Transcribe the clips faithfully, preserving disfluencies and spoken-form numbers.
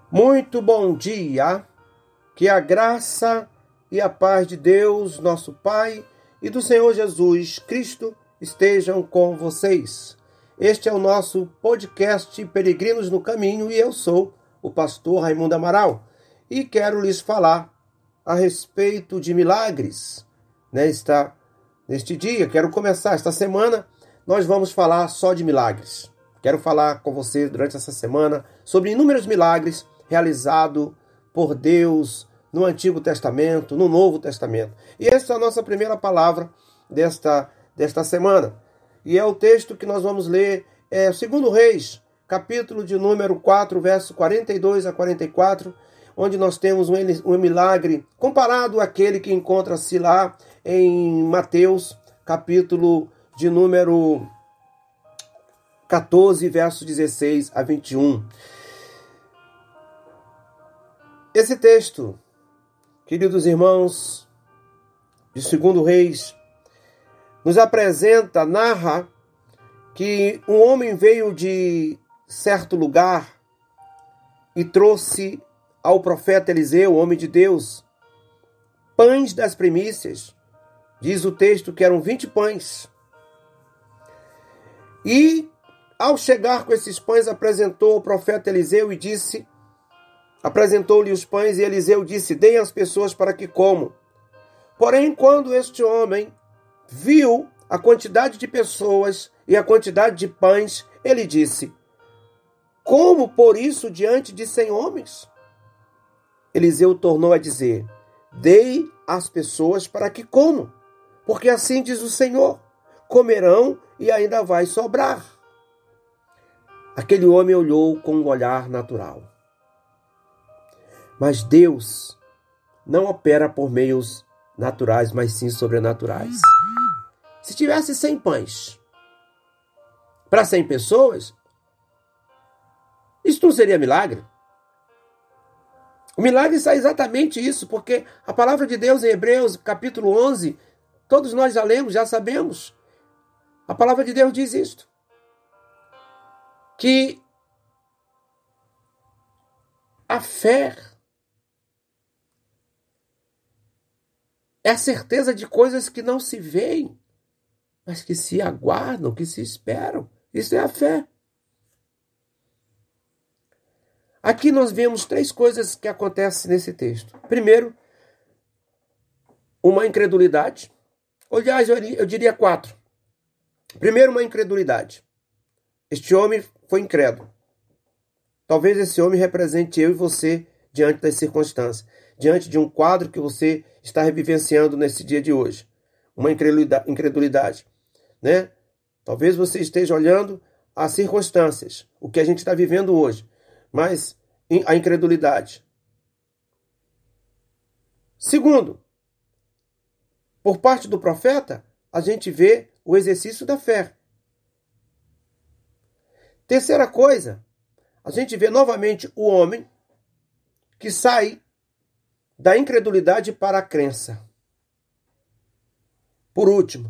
Muito bom dia, que a graça e a paz de Deus, nosso Pai, e do Senhor Jesus Cristo estejam com vocês. Este é o nosso podcast Peregrinos no Caminho e eu sou o pastor Raimundo Amaral e quero lhes falar a respeito de milagres. Nesta, neste dia, quero começar esta semana, nós vamos falar só de milagres. Quero falar com você durante essa semana sobre inúmeros milagres realizados por Deus no Antigo Testamento, no Novo Testamento. E essa é a nossa primeira palavra desta, desta semana. E é o texto que nós vamos ler, é segundo Reis, capítulo de número quatro, verso quarenta e dois a quarenta e quatro, onde nós temos um, um milagre comparado àquele que encontra-se lá em Mateus, capítulo de número quatorze, versos dezesseis a vinte e um. Esse texto, queridos irmãos, de segundo Reis, nos apresenta, narra que um homem veio de certo lugar e trouxe ao profeta Eliseu, homem de Deus, pães das primícias. Diz o texto que eram vinte pães. E, ao chegar com esses pães, apresentou ao profeta Eliseu e disse... Apresentou-lhe os pães e Eliseu disse, deem às pessoas para que comam. Porém, quando este homem viu a quantidade de pessoas e a quantidade de pães, ele disse, como por isso diante de cem homens? Eliseu tornou a dizer, dei às pessoas para que comam, porque assim diz o Senhor, comerão e ainda vai sobrar. Aquele homem olhou com um olhar natural. Mas Deus não opera por meios naturais, mas sim sobrenaturais. Se tivesse cem pães para cem pessoas, isso não seria milagre? O milagre é exatamente isso, porque a palavra de Deus em Hebreus, capítulo onze, todos nós já lemos, já sabemos. A palavra de Deus diz isto. Que a fé é a certeza de coisas que não se veem, mas que se aguardam, que se esperam. Isso é a fé. Aqui nós vemos três coisas que acontecem nesse texto. Primeiro, uma incredulidade. Aliás, eu diria quatro. Primeiro, uma incredulidade. Este homem foi incrédulo. Talvez esse homem represente eu e você diante das circunstâncias, diante de um quadro que você está revivenciando nesse dia de hoje. Uma incredulidade, né? Talvez você esteja olhando as circunstâncias, o que a gente está vivendo hoje, mas a incredulidade. Segundo, por parte do profeta, a gente vê o exercício da fé. Terceira coisa, a gente vê novamente o homem que sai da incredulidade para a crença. Por último,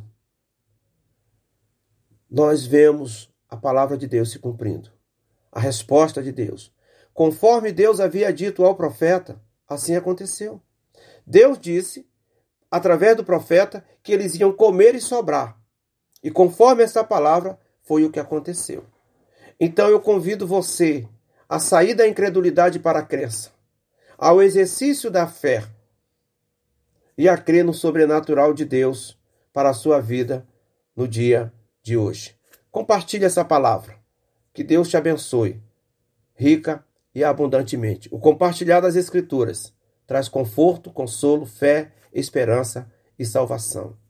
nós vemos a palavra de Deus se cumprindo. A resposta de Deus. Conforme Deus havia dito ao profeta, assim aconteceu. Deus disse, através do profeta, que eles iam comer e sobrar. E conforme essa palavra, foi o que aconteceu. Então eu convido você a sair da incredulidade para a crença, ao exercício da fé e a crer no sobrenatural de Deus para a sua vida no dia de hoje. Compartilhe essa palavra. Que Deus te abençoe, rica e abundantemente. O compartilhar das Escrituras traz conforto, consolo, fé, esperança e salvação.